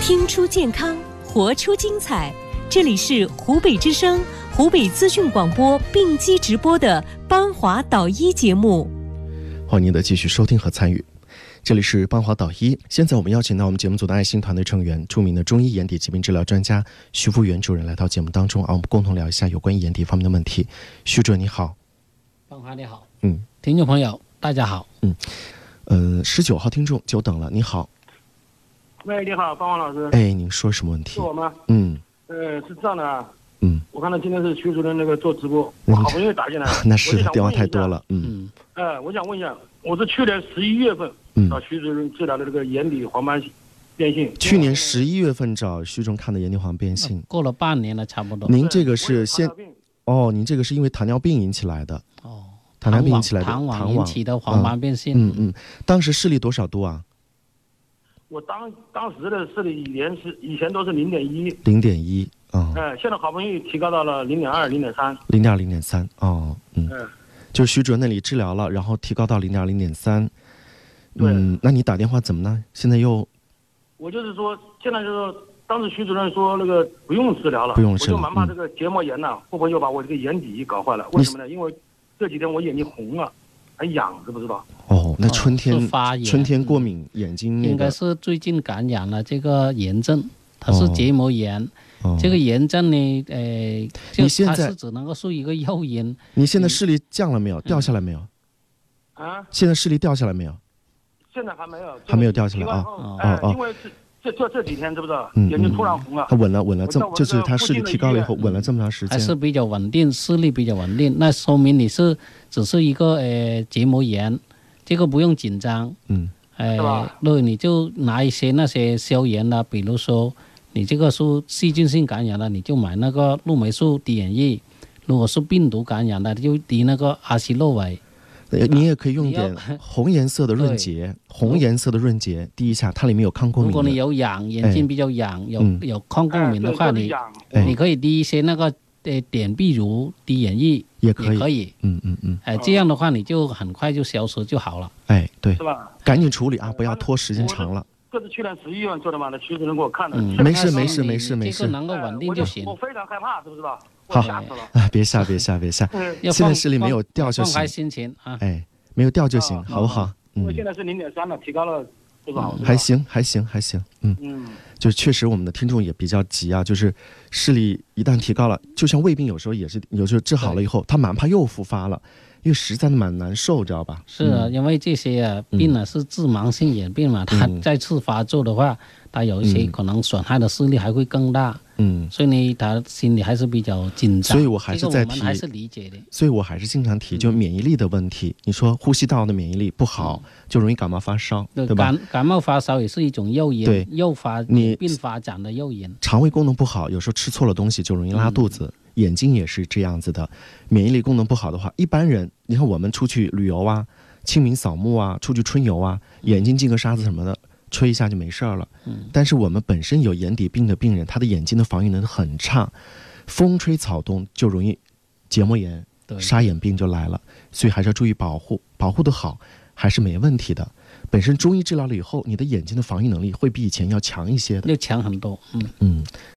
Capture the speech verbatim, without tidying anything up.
听出健康，活出精彩。这里是湖北之声、湖北资讯广播并机直播的邦华导医节目。 欢迎您的继续收听和参与。这里是邦华导医，现在我们邀请到我们节目组的爱心团队成员、著名的中医眼底疾病治疗专家徐福元主任来到节目当中，啊，我们共同聊一下有关于眼底方面的问题。徐主任你好。 邦华你好。 嗯， 听众朋友大家好。 嗯，呃，十九号听众久等了，你好。 喂，你好，邦华老师。 哎，您说什么问题？ 是我吗？ 嗯， 呃，是这样的啊。 嗯， 我看到今天是徐主任那个做直播，我好不容易打进来。 那是电话太多了。嗯。 呃，我想问一下，我是去年十一月份找徐主任治疗的这个眼底黄斑变性。 去年十一月份找徐主任看的眼底黄斑变性， 过了半年了，差不多。 您这个是先哦，您这个是因为糖尿病引起来的。 哦， 糖尿病引起来的糖网引起的黄斑变性。 嗯嗯，当时视力多少度啊？ 我当当时的视力以前是以前都是零点一。 零点一，嗯。 呃，现在好不容易提高到了零点二、零点三。 零点二、零点三，哦，嗯。嗯，就是徐主任那里治疗了，然后提高到零点二、零点三。嗯，那你打电话怎么呢？现在又…… 我就是说，现在就是说，当时徐主任说那个不用治疗了， 不用治疗， 我就蛮怕这个结膜炎呐、啊，会不会又把我这个眼底搞坏了？为什么呢？因为这几天我眼睛红了，还痒，知不知道？ 哦，那春天、 哦、发炎， 春天过敏，眼睛、那个、 应该是最近感染了这个炎症，它是结膜炎。哦，这个炎症呢，呃，就它是只能够是一个诱因。 你现在视力降了没有？掉下来没有？ 啊？ 现在视力掉下来没有？ 现在还没有， 还没有掉下来啊！ 哦哦，因为这这这几天知不知道？眼睛突然红了。 它稳了，稳了，这就是它视力提高了以后，稳了这么长时间， 还是比较稳定，视力比较稳定。那说明你是只是一个呃结膜炎，这个不用紧张。嗯，呃，对，你就拿一些那些消炎的，比如说你这个是细菌性感染的，你就买那个氯霉素滴眼液；如果是病毒感染的，就滴那个阿昔洛韦。 你也可以用点红颜色的润洁，红颜色的润洁滴一下，它里面有抗过敏。 如果你有痒，眼睛比较痒，有有抗过敏的话，你你可以滴一些那个呃碘碧如滴眼液， 也可以， 可以， 嗯嗯嗯， 哎，这样的话你就很快就消失就好了。 哎，对， 是吧？ 赶紧处理啊，不要拖时间长了。 这是去年十一月份做的嘛？那徐主任给我看的。 没事没事没事没事， 这个能够稳定就行。 我非常害怕，知不知道？ 好，啊，别吓别吓别吓，现在视力没有掉就行。 放开心情啊， 哎。没有掉就行，好不好？ 因为现在是零点三了，提高了多少？ 还行，还行，还行。嗯嗯，就确实我们的听众也比较急啊，就是视力一旦提高了，就像胃病有时候也是，有时候治好了以后，他蛮怕又复发了，因为实在蛮难受，知道吧？ 是啊，因为这些啊病呢是致盲性眼病嘛，它再次发作的话，它有一些可能损害的视力还会更大。嗯，所以呢，他心里还是比较紧张。 所以我还是在提， 这个我们还是理解的。 所以我还是经常提，就免疫力的问题。你说呼吸道的免疫力不好，嗯、就容易感冒发烧，对, 对吧？ 感感冒发烧也是一种诱因， 对， 诱发你病发展的诱因。 肠胃功能不好，有时候吃错了东西就容易拉肚子。嗯、眼睛也是这样子的，免疫力功能不好的话，一般人，你看我们出去旅游啊、清明扫墓啊、出去春游啊，眼睛进个沙子什么的。吹一下就没事了，嗯，但是我们本身有眼底病的病人，他的眼睛的防御能力很差，风吹草动就容易结膜炎、沙眼病就来了，所以还是要注意保护，保护的好还是没问题的。本身中医治疗了以后，你的眼睛的防御能力会比以前要强一些的， 要强很多，嗯嗯。